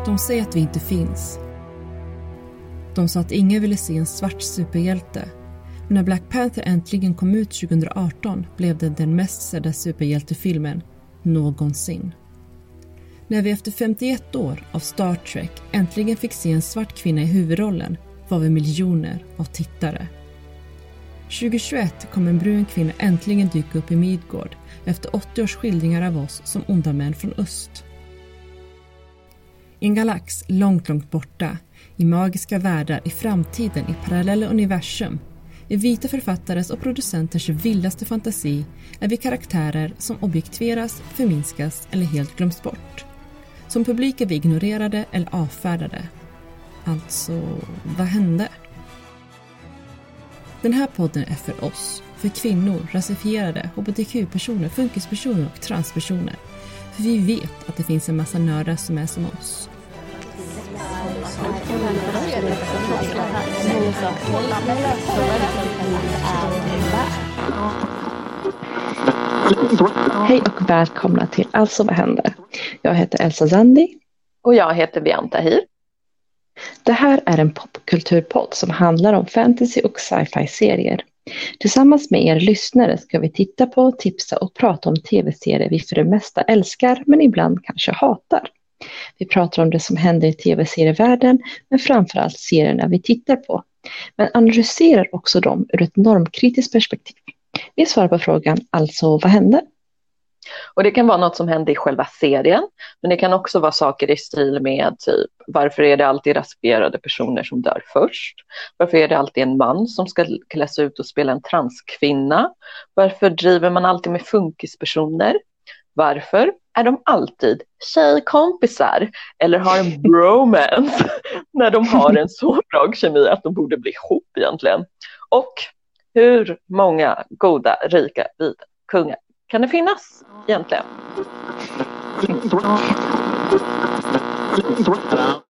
De säger att vi inte finns. De sa att ingen ville se en svart superhjälte. Men när Black Panther äntligen kom ut 2018 blev det den mest sedda superhjältefilmen någonsin. När vi efter 51 år av Star Trek äntligen fick se en svart kvinna i huvudrollen var vi miljoner av tittare. 2021 kom en brun kvinna äntligen dyka upp i Midgård efter 80 års skildringar av oss som onda män från öst. I en galax långt, långt borta, i magiska världar i framtiden i parallella universum, i vita författares och producenters vildaste fantasi är vi karaktärer som objektiveras, förminskas eller helt glöms bort. Som publik är vi ignorerade eller avfärdade. Alltså, vad hände? Den här podden är för oss, för kvinnor, rasifierade, hbtq-personer, funkispersoner och transpersoner. För vi vet att det finns en massa nördar som är som oss. Hej och välkomna till Alltså vad händer? Jag heter Elsa Zandi. Och jag heter Bianta Hir. Det här är en popkulturpodd som handlar om fantasy- och sci-fi-serier. Tillsammans med er lyssnare ska vi titta på, tipsa och prata om tv-serier vi för det mesta älskar men ibland kanske hatar. Vi pratar om det som händer i tv-serievärlden men framförallt serierna vi tittar på. Men analyserar också dem ur ett normkritiskt perspektiv. Vi svarar på frågan, alltså vad hände? Och det kan vara något som händer i själva serien, men det kan också vara saker i stil med typ, varför är det alltid rasifierade personer som dör först? Varför är det alltid en man som ska kläs ut och spela en transkvinna? Varför driver man alltid med funkispersoner? Varför är de alltid tjejkompisar eller har en bromance när de har en så bra kemi att de borde bli ihop egentligen? Och hur många goda, rika, vita kungar kan det finnas egentligen?